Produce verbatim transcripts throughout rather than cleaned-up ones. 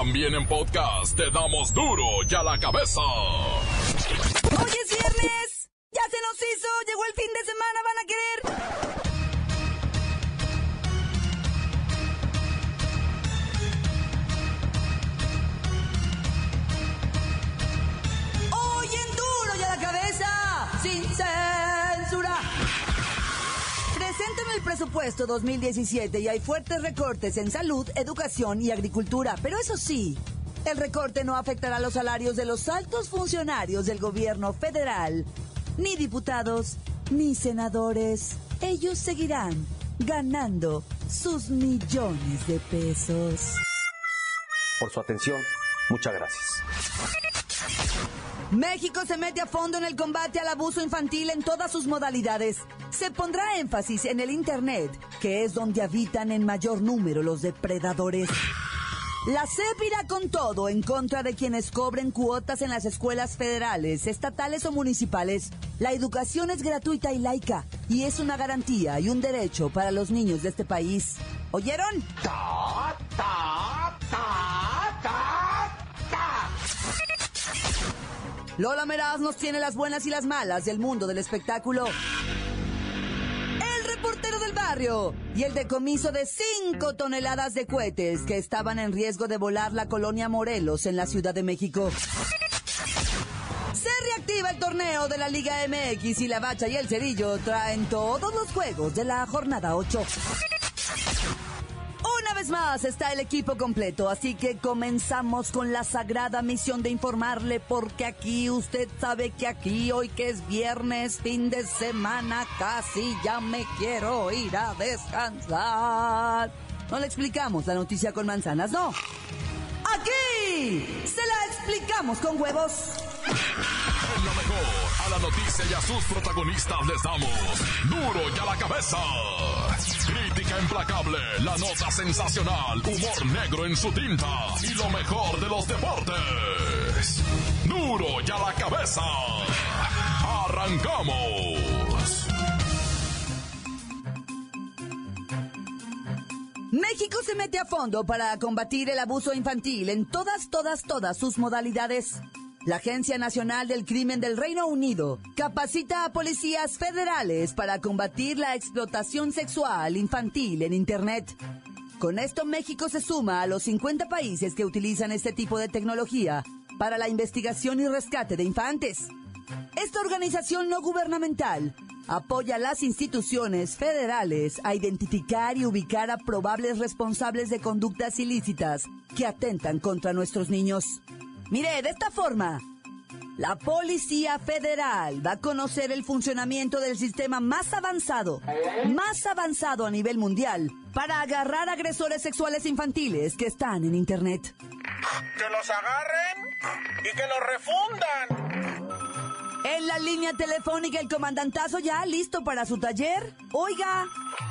También en podcast te damos duro y a la cabeza. Hoy es viernes, ya se nos hizo, llegó el fin de semana, van a querer. Hoy en duro y a la cabeza, sin censura. Presentan el presupuesto dos mil diecisiete y hay fuertes recortes en salud, educación y agricultura. Pero eso sí, el recorte no afectará los salarios de los altos funcionarios del gobierno federal, ni diputados, ni senadores. Ellos seguirán ganando sus millones de pesos. Por su atención, muchas gracias. México se mete a fondo en el combate al abuso infantil en todas sus modalidades. Se pondrá énfasis en el Internet, que es donde habitan en mayor número los depredadores. La S E P irá con todo en contra de quienes cobren cuotas en las escuelas federales, estatales o municipales. La educación es gratuita y laica, y es una garantía y un derecho para los niños de este país. ¿Oyeron? Ta, ta, ta, ta, ta. Lola Meraz nos tiene las buenas y las malas del mundo del espectáculo. El reportero del barrio y el decomiso de cinco toneladas de cohetes que estaban en riesgo de volar la colonia Morelos en la Ciudad de México. Se reactiva el torneo de la Liga M X y la Bacha y el Cerillo traen todos los juegos de la jornada ocho. Una vez más está el equipo completo, así que comenzamos con la sagrada misión de informarle, porque aquí usted sabe que aquí, hoy que es viernes, fin de semana, casi ya me quiero ir a descansar. No le explicamos la noticia con manzanas, no. Aquí se la explicamos con huevos. En lo mejor, a la noticia y a sus protagonistas les damos duro y a la cabeza. Crítica implacable, la nota sensacional, humor negro en su tinta y lo mejor de los deportes. Duro y a la cabeza. ¡Arrancamos! México se mete a fondo para combatir el abuso infantil en todas, todas, todas sus modalidades. La Agencia Nacional del Crimen del Reino Unido capacita a policías federales para combatir la explotación sexual infantil en Internet. Con esto, México se suma a los cincuenta países que utilizan este tipo de tecnología para la investigación y rescate de infantes. Esta organización no gubernamental apoya a las instituciones federales a identificar y ubicar a probables responsables de conductas ilícitas que atentan contra nuestros niños. Mire, de esta forma, la Policía Federal va a conocer el funcionamiento del sistema más avanzado, más avanzado a nivel mundial, para agarrar agresores sexuales infantiles que están en Internet. Que los agarren y que los refundan. En la línea telefónica, el comandantazo ya listo para su taller. Oiga.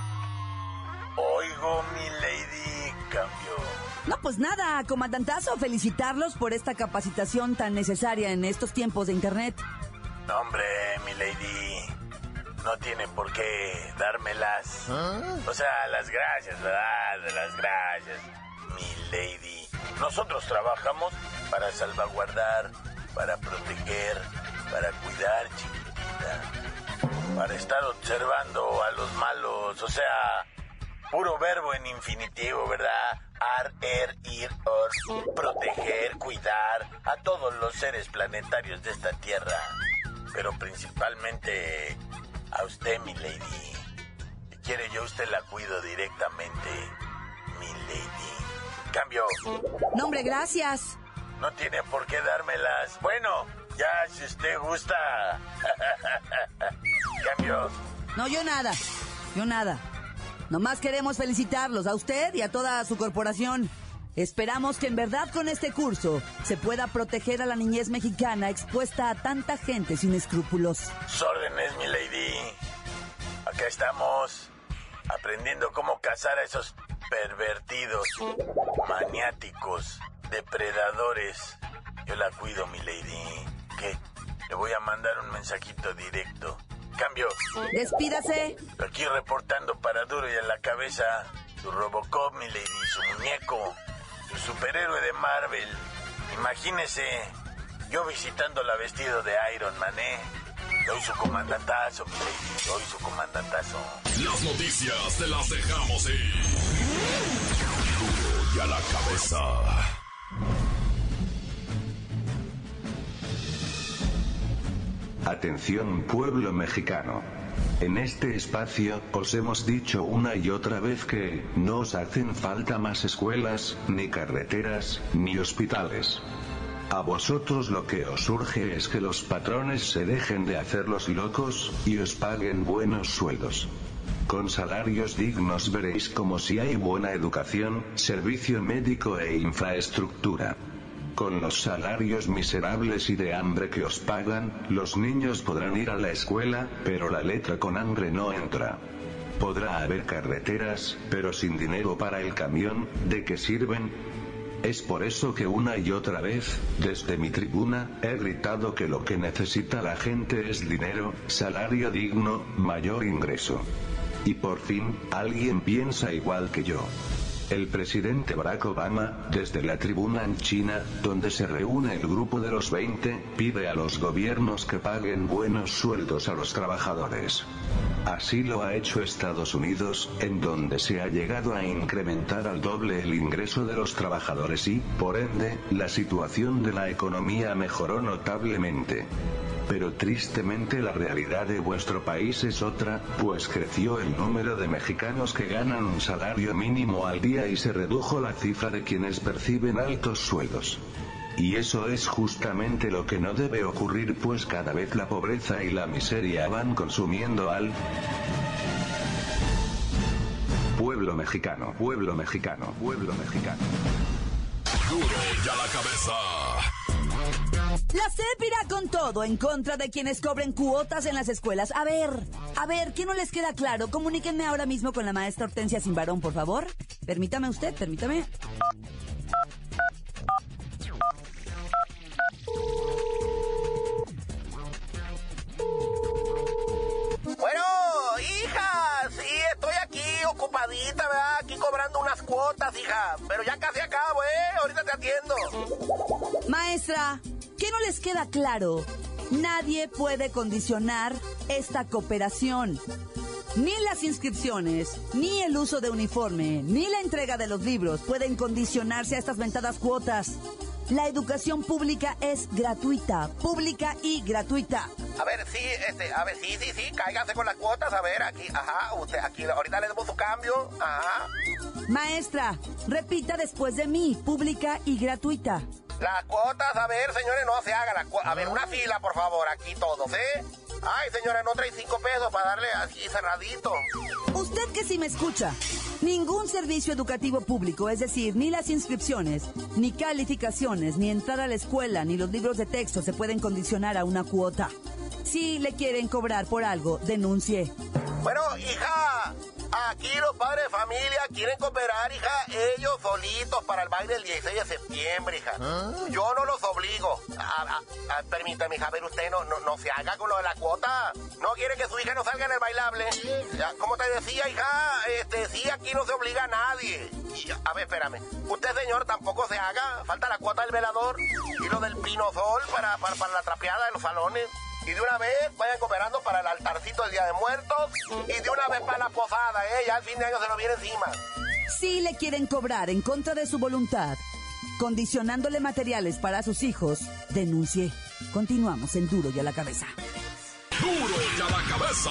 Oigo, mi lady, cambio. No, pues nada, comandantazo, felicitarlos por esta capacitación tan necesaria en estos tiempos de Internet. No, hombre, mi lady, no tiene por qué dármelas. ¿Ah? O sea, las gracias, ¿verdad? Las gracias, mi lady. Nosotros trabajamos para salvaguardar, para proteger, para cuidar, chiquitita, para estar observando a los malos, o sea, puro verbo en infinitivo, ¿verdad? Ar, er, ir, or, proteger, cuidar a todos los seres planetarios de esta tierra, pero principalmente a usted, mi lady. Si quiere, yo a usted la cuido directamente, mi lady. Cambio. No, hombre, gracias. No tiene por qué dármelas. Bueno, ya si usted gusta. Cambio. No, yo nada, yo nada. Nomás queremos felicitarlos a usted y a toda su corporación. Esperamos que en verdad con este curso se pueda proteger a la niñez mexicana expuesta a tanta gente sin escrúpulos. Sus órdenes, mi lady. Acá estamos, aprendiendo cómo cazar a esos pervertidos, maniáticos, depredadores. Yo la cuido, mi lady. ¿Qué? Le voy a mandar un mensajito directo. Cambio. Despídase. Aquí reportando para Duro y a la Cabeza. Su Robocop, mi lady, su muñeco, su superhéroe de Marvel. Imagínese, yo visitándola vestido de Iron Man, ¿eh? Soy su comandantazo, mi lady, soy su comandantazo. Las noticias te las dejamos ir. Duro y a la cabeza. Atención, pueblo mexicano. En este espacio, os hemos dicho una y otra vez que no os hacen falta más escuelas, ni carreteras, ni hospitales. A vosotros lo que os urge es que los patrones se dejen de hacer los locos, y os paguen buenos sueldos. Con salarios dignos veréis como si hay buena educación, servicio médico e infraestructura. Con los salarios miserables y de hambre que os pagan, los niños podrán ir a la escuela, pero la letra con hambre no entra. Podrá haber carreteras, pero sin dinero para el camión, ¿de qué sirven? Es por eso que una y otra vez, desde mi tribuna, he gritado que lo que necesita la gente es dinero, salario digno, mayor ingreso. Y por fin, alguien piensa igual que yo. El presidente Barack Obama, desde la tribuna en China, donde se reúne el grupo de los veinte, pide a los gobiernos que paguen buenos sueldos a los trabajadores. Así lo ha hecho Estados Unidos, en donde se ha llegado a incrementar al doble el ingreso de los trabajadores y, por ende, la situación de la economía mejoró notablemente. Pero tristemente la realidad de vuestro país es otra, pues creció el número de mexicanos que ganan un salario mínimo al día y se redujo la cifra de quienes perciben altos sueldos. Y eso es justamente lo que no debe ocurrir, pues cada vez la pobreza y la miseria van consumiendo al pueblo mexicano, pueblo mexicano, pueblo mexicano. Duro y a la cabeza. La S E P irá con todo en contra de quienes cobren cuotas en las escuelas. A ver, a ver, ¿qué no les queda claro? Comuníquenme ahora mismo con la maestra Hortensia Simbarón, por favor. Permítame usted, permítame. Bueno, hija, sí, estoy aquí ocupadita, ¿verdad? Aquí cobrando unas cuotas, hija. Pero ya casi acabo, ¿eh? Ahorita te atiendo. Maestra, ¿qué no les queda claro? Nadie puede condicionar esta cooperación. Ni las inscripciones, ni el uso de uniforme, ni la entrega de los libros pueden condicionarse a estas mentadas cuotas. La educación pública es gratuita, pública y gratuita. A ver, sí, este, a ver, sí, sí, sí, cáiganse con las cuotas, a ver, aquí, ajá, usted, aquí, ahorita le damos su cambio, ajá. Maestra, repita después de mí, pública y gratuita. Las cuotas, a ver, señores, no se hagan las cuotas. A ver, una fila, por favor, aquí todos, ¿eh? Ay, señora, no trae cinco pesos para darle así cerradito. Usted que sí me escucha, ningún servicio educativo público, es decir, ni las inscripciones, ni calificaciones, ni entrar a la escuela, ni los libros de texto se pueden condicionar a una cuota. Si le quieren cobrar por algo, denuncie. Bueno, hija, aquí los padres de familia quieren cooperar, hija, ellos solitos para el baile del dieciséis de septiembre, hija. ¿Ah? Yo no los obligo. A, a, a, permítame, hija, a ver, usted no, no, no se haga con lo de la cuota. ¿No quiere que su hija no salga en el bailable? Ya, como te decía, hija, este, sí, aquí no se obliga a nadie. Y, a ver, espérame. Usted, señor, tampoco se haga. Falta la cuota del velador y lo del pinosol para, para, para la trapeada de los salones. Y de una vez vayan cooperando para el altarcito del Día de Muertos y de una vez para la posada, ¿eh? Ya el fin de año se nos viene encima. Si le quieren cobrar en contra de su voluntad, condicionándole materiales para sus hijos, denuncie. Continuamos en Duro y a la Cabeza. Duro y a la Cabeza.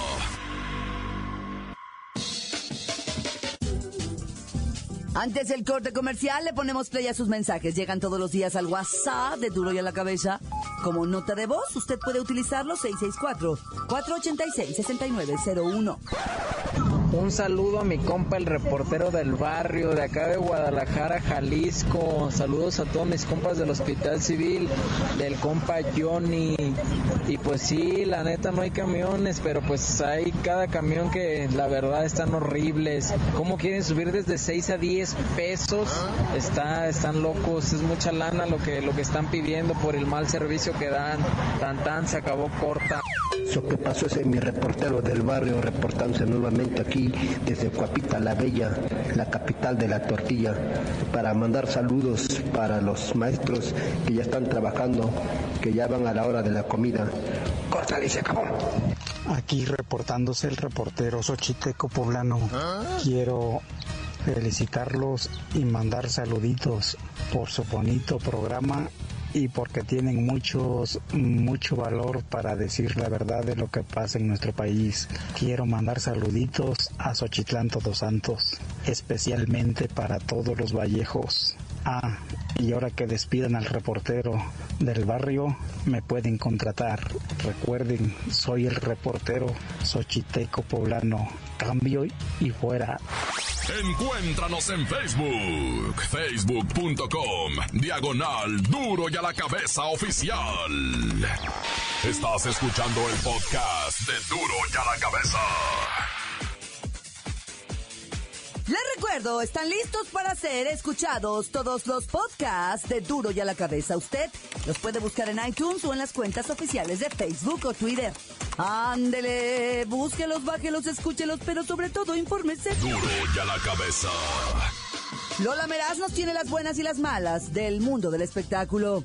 Antes del corte comercial le ponemos play a sus mensajes. Llegan todos los días al WhatsApp de Duro y a la Cabeza. Como nota de voz, usted puede utilizarlo seis seis cuatro, cuatro ocho seis, seis nueve cero uno. Un saludo a mi compa, el reportero del barrio, de acá de Guadalajara, Jalisco. Saludos a todos mis compas del Hospital Civil, del compa Johnny. Y pues sí, la neta no hay camiones, pero pues hay cada camión que la verdad están horribles. ¿Cómo quieren subir desde seis a diez pesos? Está, están locos, es mucha lana lo que, lo que están pidiendo por el mal servicio que dan. Tan tan, se acabó corta. Eso que pasó es mi reportero del barrio reportándose nuevamente aquí desde Coapita la Bella, la capital de la tortilla, para mandar saludos para los maestros que ya están trabajando, que ya van a la hora de la comida. Córtale y se acabó. Aquí reportándose el reportero xochiteco poblano. ¿Ah? Quiero felicitarlos y mandar saluditos por su bonito programa y porque tienen muchos, mucho valor para decir la verdad de lo que pasa en nuestro país. Quiero mandar saluditos a Xochitlán Todos Santos, especialmente para todos los vallejos. Ah, y ahora que despidan al reportero del barrio, me pueden contratar. Recuerden, soy el reportero xochiteco poblano. Cambio y fuera. Encuéntranos en Facebook, facebook punto com, diagonal Duro y a la Cabeza Oficial. Estás escuchando el podcast de Duro y a la Cabeza. Les recuerdo, están listos para ser escuchados todos los podcasts de Duro y a la Cabeza. Usted los puede buscar en iTunes o en las cuentas oficiales de Facebook o Twitter. Ándele, búsquelos, bájelos, escúchelos, pero sobre todo infórmese. Duro y a la Cabeza. Lola Meraz nos tiene las buenas y las malas del mundo del espectáculo.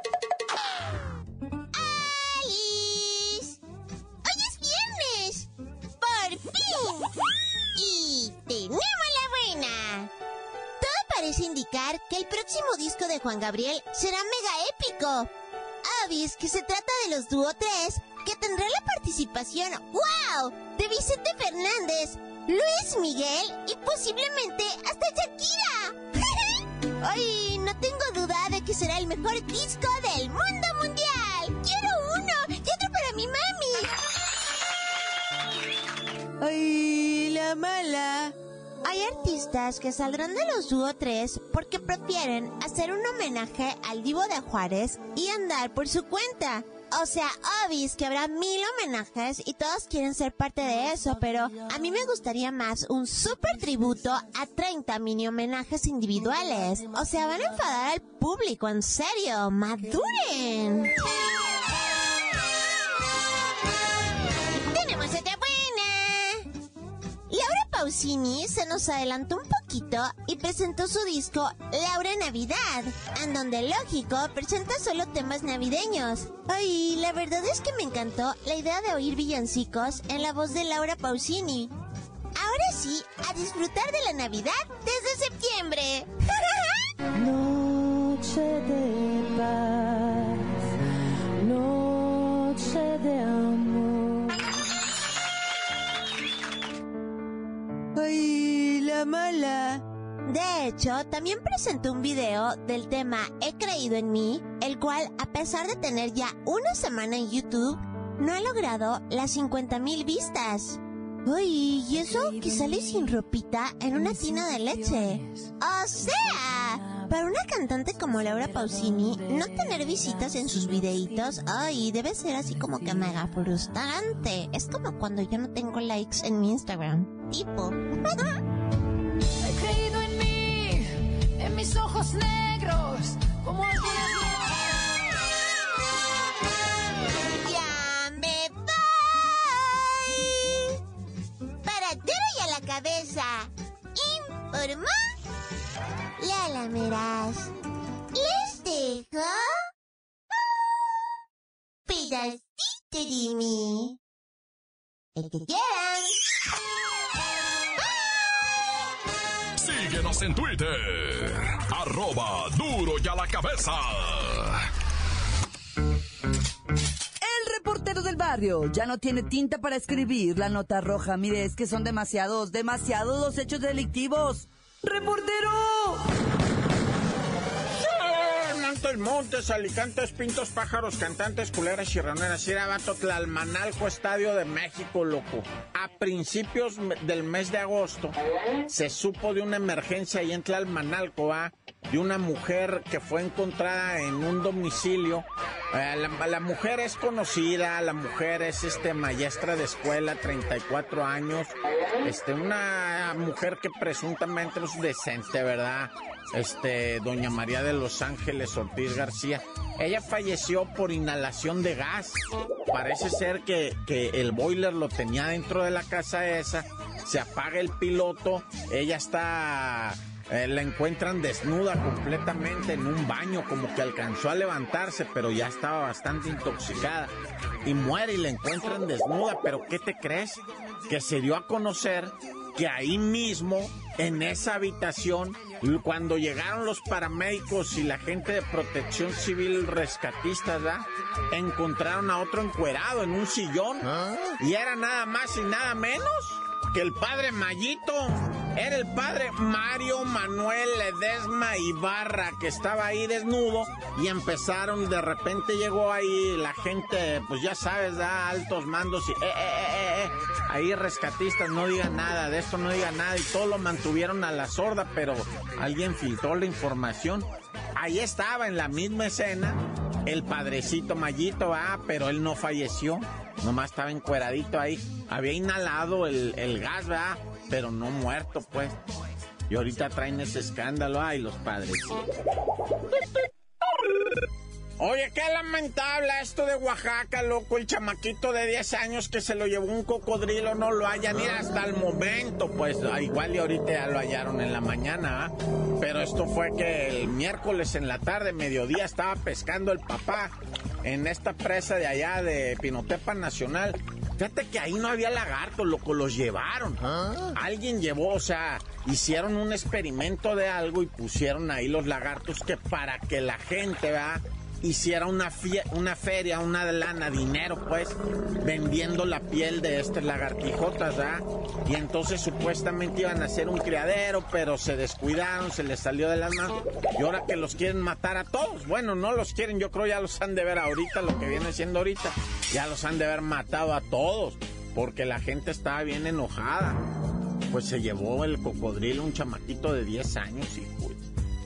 ¡Alice! ¡Hoy es viernes! ¡Por fin! ¡Y tenemos la buena! Todo parece indicar que el próximo disco de Juan Gabriel será mega épico. Obis que se trata de los Dúo tres, que tendrá la participación, ¡wow!, de Vicente Fernández, Luis Miguel y posiblemente hasta Shakira. ¡Ay, no tengo duda de que será el mejor disco del mundo mundial! ¡Quiero uno! ¡Y otro para mi mami! ¡Ay, la mala! Hay artistas que saldrán de los Dúo tres porque prefieren hacer un homenaje al Divo de Juárez y andar por su cuenta. O sea, obvis que habrá mil homenajes y todos quieren ser parte de eso, pero a mí me gustaría más un super tributo a treinta mini homenajes individuales. O sea, van a enfadar al público, en serio, maduren. ¡Tenemos otra buena! Laura Pausini se nos adelantó un poquito y presentó su disco Laura Navidad, en donde, lógico, presenta solo temas navideños. Ay, la verdad es que me encantó la idea de oír villancicos en la voz de Laura Pausini. Ahora sí, a disfrutar de la Navidad desde septiembre. Noche de paz, noche de amor. ¡Ay, la mala! De hecho, también presentó un video del tema He creído en mí, el cual, a pesar de tener ya una semana en YouTube, no ha logrado las cincuenta mil vistas. Uy, y eso que sale sin ropita en una tina de leche. O sea, para una cantante como Laura Pausini, no tener visitas en sus videitos, ay, debe ser así como que mega frustrante. Es como cuando yo no tengo likes en mi Instagram. Tipo. He creído en mí, en mis ojos negros, como algunas noches. ¡Ya me voy! Para Duro y a la Cabeza, informó Lola Meraz. Les dejo pedacito de mí. El que quieran. Síguenos en Twitter, arroba Duro y a la Cabeza. El reportero del barrio ya no tiene tinta para escribir la nota roja. Mire, es que son demasiados, demasiados los hechos delictivos. ¡Reportero! Montes, montes, alicantes, pintos, pájaros, cantantes, culeras, chirroneras, Irabato, Tlalmanalco, Estadio de México, loco. A principios del mes de agosto se supo de una emergencia ahí en Tlalmanalco, ¿va? De una mujer que fue encontrada en un domicilio. Eh, la, la mujer es conocida, la mujer es este maestra de escuela, treinta y cuatro años. Este, una mujer que presuntamente es decente, ¿verdad? este, doña María de los Ángeles Ortiz García. Ella falleció por inhalación de gas. Parece ser que, que el boiler lo tenía dentro de la casa esa. Se apaga el piloto. Ella está... Eh, la encuentran desnuda completamente en un baño, como que alcanzó a levantarse, pero ya estaba bastante intoxicada. Y muere y la encuentran desnuda. ¿Pero qué te crees? Que se dio a conocer que ahí mismo, en esa habitación, cuando llegaron los paramédicos y la gente de protección civil rescatistas, ¿verdad?, encontraron a otro encuerado en un sillón. ¿Ah? Y era nada más y nada menos que el padre Mayito. Era el padre Mario Manuel Ledesma Ibarra, que estaba ahí desnudo, y empezaron, de repente llegó ahí la gente, pues ya sabes, da altos mandos y eh, eh, eh, eh, ahí rescatistas, no digan nada, de esto no digan nada, y todo lo mantuvieron a la sorda, pero alguien filtró la información. Ahí estaba en la misma escena el padrecito Mayito, ah, pero él no falleció, nomás estaba encueradito ahí, había inhalado el, el gas, ¿verdad?, pero no muerto, pues. Y ahorita traen ese escándalo, ay, los padres. Oye, qué lamentable esto de Oaxaca, loco. El chamaquito de diez años que se lo llevó un cocodrilo, no lo hallan ni hasta el momento, pues. Igual y ahorita ya lo hallaron en la mañana, ¿eh? Pero esto fue que el miércoles en la tarde, mediodía, estaba pescando el papá en esta presa de allá de Pinotepa Nacional. Fíjate que ahí no había lagartos, loco, los llevaron. ¿Ah? Alguien llevó, o sea, hicieron un experimento de algo y pusieron ahí los lagartos, que para que la gente, ¿verdad?, hiciera una, fie una feria, una lana, dinero, pues, vendiendo la piel de estas lagartijotas, ¿verdad? Y entonces supuestamente iban a hacer un criadero, pero se descuidaron, se les salió de las manos, y ahora que los quieren matar a todos. Bueno, no los quieren, yo creo ya los han de ver ahorita, lo que viene siendo ahorita, ya los han de haber matado a todos, porque la gente estaba bien enojada. Pues se llevó el cocodrilo un chamaquito de diez años, y pues...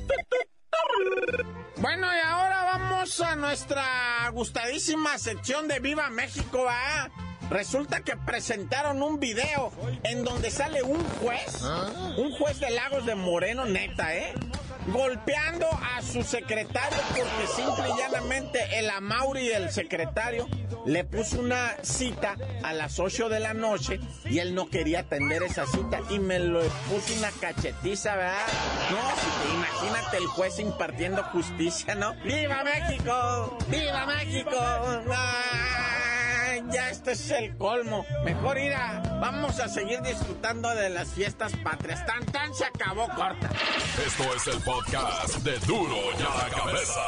Bueno, y ahora vamos a nuestra gustadísima sección de Viva México, ¿ah? Resulta que presentaron un video en donde sale un juez, ¿ah?, un juez de Lagos de Moreno, neta, ¿eh?, golpeando a su secretario porque simple y llanamente el Amauri, el secretario, le puso una cita a las ocho de la noche y él no quería atender esa cita y me lo puso una cachetiza, ¿verdad? No, si te imagínate el juez impartiendo justicia, ¿no? ¡Viva México! ¡Viva México! ¡Ay, ya este es el colmo! Mejor ir a... Vamos a seguir disfrutando de las fiestas patrias. Tan tan se acabó, corta. Esto es el podcast de Duro y a la Cabeza.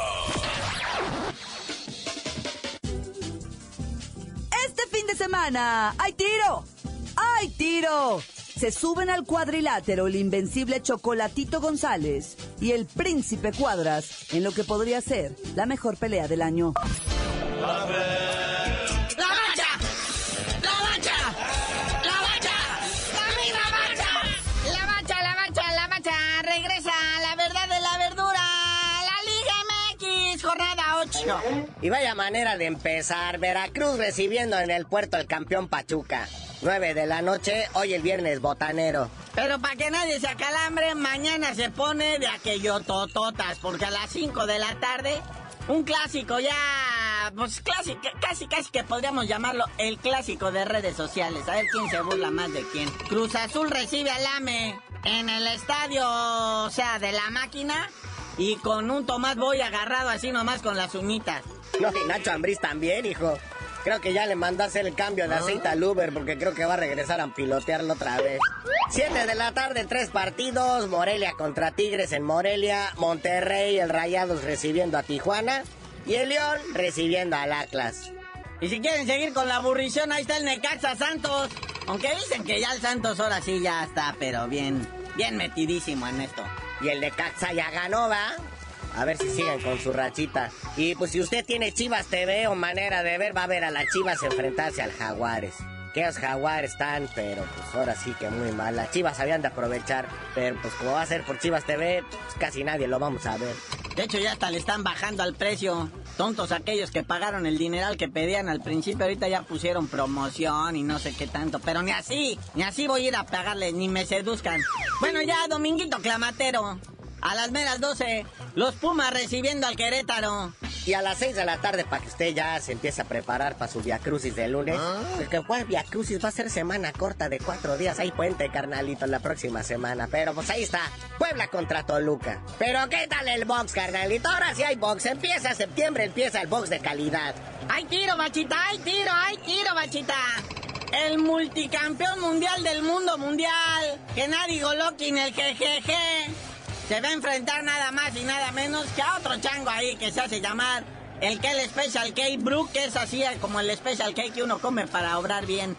Este fin de semana, ¡hay tiro! ¡Hay tiro! Se suben al cuadrilátero el invencible Chocolatito González y el Príncipe Cuadras en lo que podría ser la mejor pelea del año. ¡La mancha! ¡La mancha! ¡La mancha! ¡La misma mancha! ¡La mancha, la mancha, la mancha! ¡Regresa la verdad de la verdura! ¡La Liga M X, jornada ocho! Y vaya manera de empezar. Veracruz recibiendo en el puerto el campeón Pachuca. nueve de la noche, hoy el viernes botanero. Pero para que nadie se acalambre, mañana se pone de aquello tototas, porque a las cinco de la tarde, un clásico ya, pues clásico, casi casi que podríamos llamarlo el clásico de redes sociales. A ver quién se burla más de quién. Cruz Azul recibe al A M E en el estadio, o sea, de la máquina, y con un Tomás Boy agarrado así nomás con las uñitas. No, y Nacho Ambriz también, hijo. Creo que ya le mandó a hacer el cambio de aceite al Uber porque creo que va a regresar a pilotearlo otra vez. Siete de la tarde, tres partidos. Morelia contra Tigres en Morelia. Monterrey, el Rayados recibiendo a Tijuana. Y el León recibiendo al Atlas. Y si quieren seguir con la aburrición, ahí está el Necaxa Santos. Aunque dicen que ya el Santos ahora sí ya está, pero bien, bien metidísimo en esto. Y el Necaxa ya ganó, ¿va? A ver si siguen con su rachita. Y pues si usted tiene Chivas T V o manera de ver, va a ver a las Chivas enfrentarse al Jaguares. Que los Jaguares están, pero pues ahora sí que muy mal. Las Chivas habían de aprovechar, pero pues como va a ser por Chivas T V, pues casi nadie lo vamos a ver. De hecho ya hasta le están bajando al precio. Tontos aquellos que pagaron el dineral que pedían al principio, ahorita ya pusieron promoción y no sé qué tanto. Pero ni así, ni así voy a ir a pagarles, ni me seduzcan. Bueno ya, Dominguito Clamatero. A las meras doce, los Pumas recibiendo al Querétaro. Y a las seis de la tarde, para que usted ya se empiece a preparar para su viacrucis de lunes. ¿Ah? Porque pues viacrucis va a ser semana corta de cuatro días. Hay puente, carnalito, la próxima semana. Pero pues ahí está, Puebla contra Toluca. Pero ¿qué tal el box, carnalito? Ahora sí hay box. Empieza septiembre, empieza el box de calidad. ¡Hay tiro, Bachita! ¡Hay tiro! ¡Hay tiro, Bachita! El multicampeón mundial del mundo mundial, Gennady Golovkin, el jejeje, se va a enfrentar nada más y nada menos que a otro chango ahí que se hace llamar el que el Special K, Brook, que es así como el Special K que uno come para obrar bien.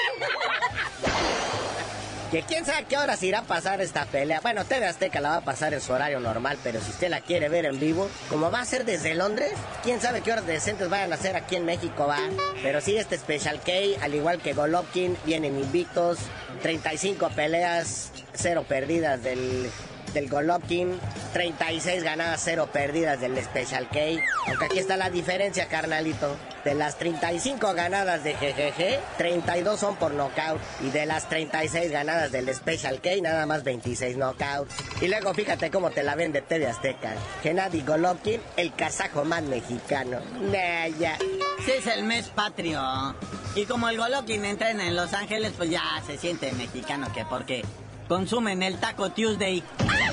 Que quién sabe qué horas irá a pasar esta pelea. Bueno, T V Azteca la va a pasar en su horario normal, pero si usted la quiere ver en vivo, como va a ser desde Londres, quién sabe qué horas decentes vayan a hacer aquí en México, va. Pero sí, este Special K, al igual que Golovkin, vienen invictos, treinta y cinco peleas, cero perdidas del... del Golovkin, treinta y seis ganadas, cero perdidas del Special K. Aunque aquí está la diferencia, carnalito. De las treinta y cinco ganadas de G G G, treinta y dos son por nocaut. Y de las treinta y seis ganadas del Special K, nada más veintiséis knockouts. Y luego fíjate cómo te la vende T V Azteca. Gennady Golovkin, el kazajo más mexicano. Nah, ya. Sí, es el mes patrio. Y como el Golovkin entrena en Los Ángeles, pues ya se siente mexicano, que porque consumen el Taco Tuesday.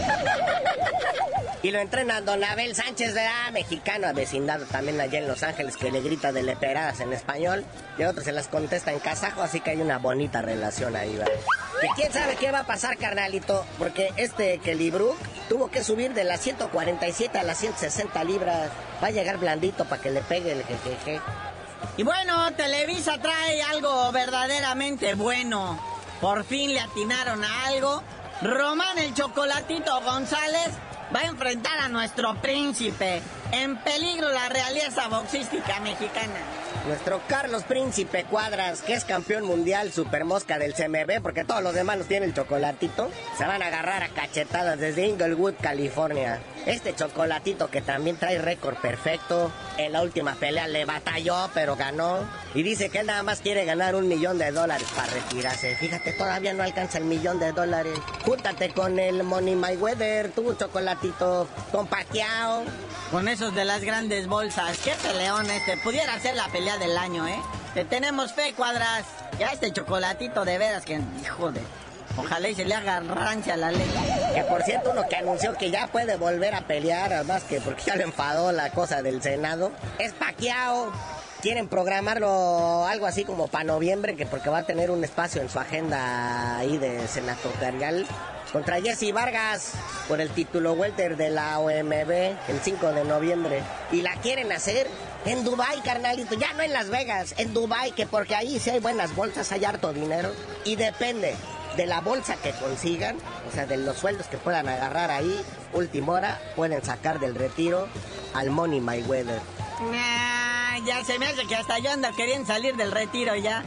Y lo entrena Don Abel Sánchez, ¿verdad? Mexicano, avecindado también allá en Los Ángeles, que le grita de leperadas en español, y otros se las contesta en kazajo, así que hay una bonita relación ahí, ¿verdad? Que quién sabe qué va a pasar, carnalito, porque este Kelly Brook tuvo que subir de las ciento cuarenta y siete a las ciento sesenta libras. Va a llegar blandito para que le pegue el jejeje. Y bueno, Televisa trae algo verdaderamente bueno. Por fin le atinaron a algo. Román el Chocolatito González va a enfrentar a nuestro príncipe. En peligro la realeza boxística mexicana. Nuestro Carlos Príncipe Cuadras, que es campeón mundial super mosca del C M B, porque todos los demás los tiene el Chocolatito, se van a agarrar a cachetadas desde Inglewood, California. Este Chocolatito, que también trae récord perfecto, en la última pelea le batalló, pero ganó. Y dice que él nada más quiere ganar un millón de dólares para retirarse. Fíjate, todavía no alcanza el millón de dólares. Júntate con el Money Mayweather, tú, Chocolatito, con Pacquiao. Con esos de las grandes bolsas. Qué peleón este. Pudiera ser la pelea del año, ¿eh? Te tenemos fe, Cuadras. Ya este Chocolatito de veras que... Hijo de... Ojalá y se le haga rancia a la ley. Que por cierto, uno que anunció que ya puede volver a pelear, además que porque ya le enfadó la cosa del Senado, es Pacquiao. Quieren programarlo algo así como para noviembre, que porque va a tener un espacio en su agenda ahí de senatorial, contra Jesse Vargas por el título welter de la O M B el cinco de noviembre. Y la quieren hacer en Dubái, carnalito, ya no en Las Vegas, en Dubái, que porque ahí sí hay buenas bolsas, hay harto dinero. Y depende de la bolsa que consigan, o sea, de los sueldos que puedan agarrar ahí, última hora, pueden sacar del retiro al Money Mayweather. Nah, ya se me hace que hasta yo ando queriendo salir del retiro ya.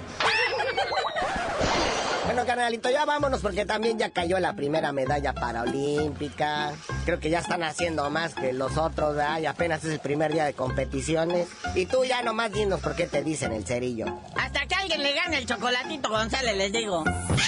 Bueno, carnalito, ya vámonos porque también ya cayó la primera medalla paraolímpica. Creo que ya están haciendo más que los otros, ¿verdad? Y apenas es el primer día de competiciones. Y tú ya nomás dinos por qué te dicen el cerillo. Hasta que alguien le gane el Chocolatito González, les digo.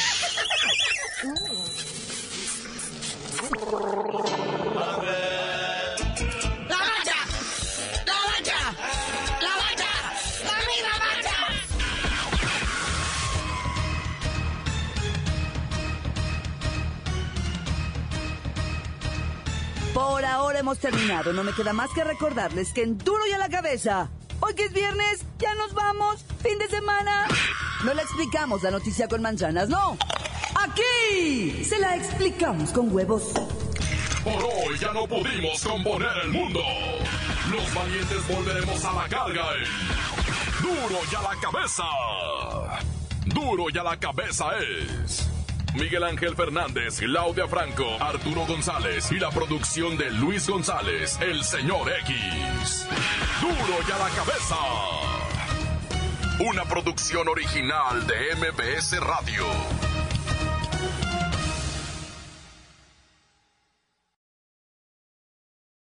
Por ahora hemos terminado. No me queda más que recordarles que en Duro y a la Cabeza, hoy que es viernes, ya nos vamos, fin de semana. No le explicamos la noticia con manzanas, no. Aquí se la explicamos con huevos. Por hoy ya no pudimos componer el mundo. Los valientes volveremos a la carga en Duro y a la Cabeza. Duro y a la Cabeza es Miguel Ángel Fernández, Claudia Franco, Arturo González y la producción de Luis González, el señor X. Duro y a la Cabeza. Una producción original de M B S Radio.